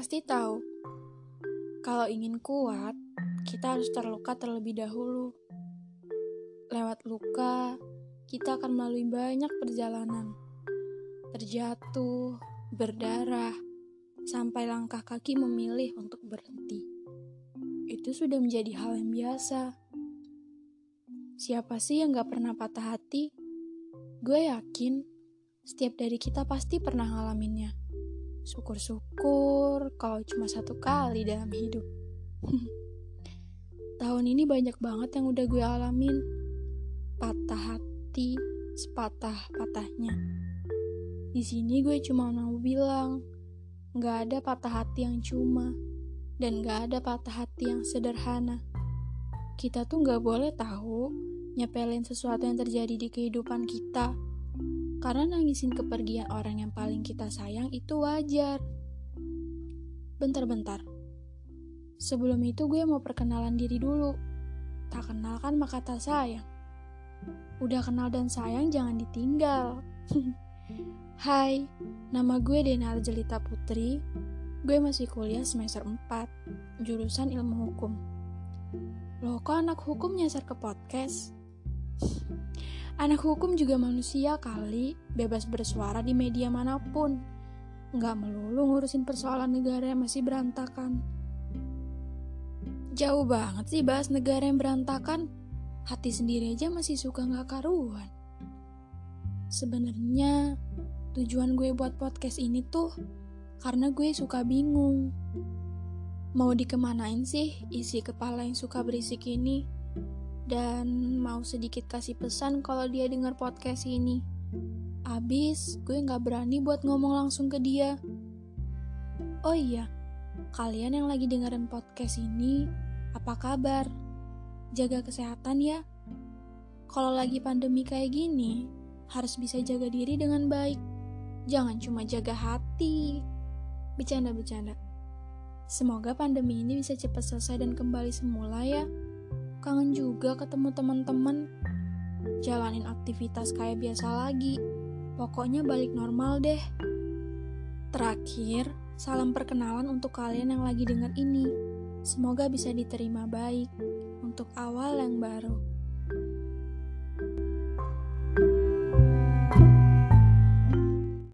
pasti tahu, kalau ingin kuat, kita harus terluka terlebih dahulu. Lewat luka, kita akan melalui banyak perjalanan. Terjatuh, berdarah, sampai langkah kaki memilih untuk berhenti. Itu sudah menjadi hal yang biasa. Siapa sih yang gak pernah patah hati? Gue yakin, setiap dari kita pasti pernah ngalaminnya. Syukur-syukur kalau cuma satu kali dalam hidup. Tahun ini banyak banget yang udah gue alamin. Patah hati, sepatah-patahnya. Di sini gue cuma mau bilang, gak ada patah hati yang cuma, dan gak ada patah hati yang sederhana. Kita tuh gak boleh tahu nyepelin sesuatu yang terjadi di kehidupan kita. Karena nangisin kepergian orang yang paling kita sayang itu wajar. Bentar-bentar. Sebelum itu gue mau perkenalan diri dulu. Tak kenal kan maka tak sayang. Udah kenal dan sayang jangan ditinggal. Hai, nama gue Dena Arjelita Putri. Gue masih kuliah semester 4, jurusan ilmu hukum. Loh, kok anak hukum nyasar ke podcast? Anak hukum juga manusia kali, bebas bersuara di media manapun. Nggak melulu ngurusin persoalan negara yang masih berantakan. Jauh banget sih bahas negara yang berantakan. Hati sendiri aja masih suka nggak karuan. Sebenarnya tujuan gue buat podcast ini tuh karena gue suka bingung. Mau dikemanain sih isi kepala yang suka berisik ini? Dan mau sedikit kasih pesan kalau dia denger podcast ini. Abis gue gak berani buat ngomong langsung ke dia. Oh iya, kalian yang lagi dengerin podcast ini, apa kabar? Jaga kesehatan ya. Kalau lagi pandemi kayak gini, harus bisa jaga diri dengan baik. Jangan cuma jaga hati. Bercanda-bercanda. Semoga pandemi ini bisa cepat selesai dan kembali semula ya. Kangen juga ketemu teman-teman. Jalanin aktivitas kayak biasa lagi. Pokoknya balik normal deh. Terakhir, salam perkenalan untuk kalian yang lagi denger ini. Semoga bisa diterima baik untuk awal yang baru.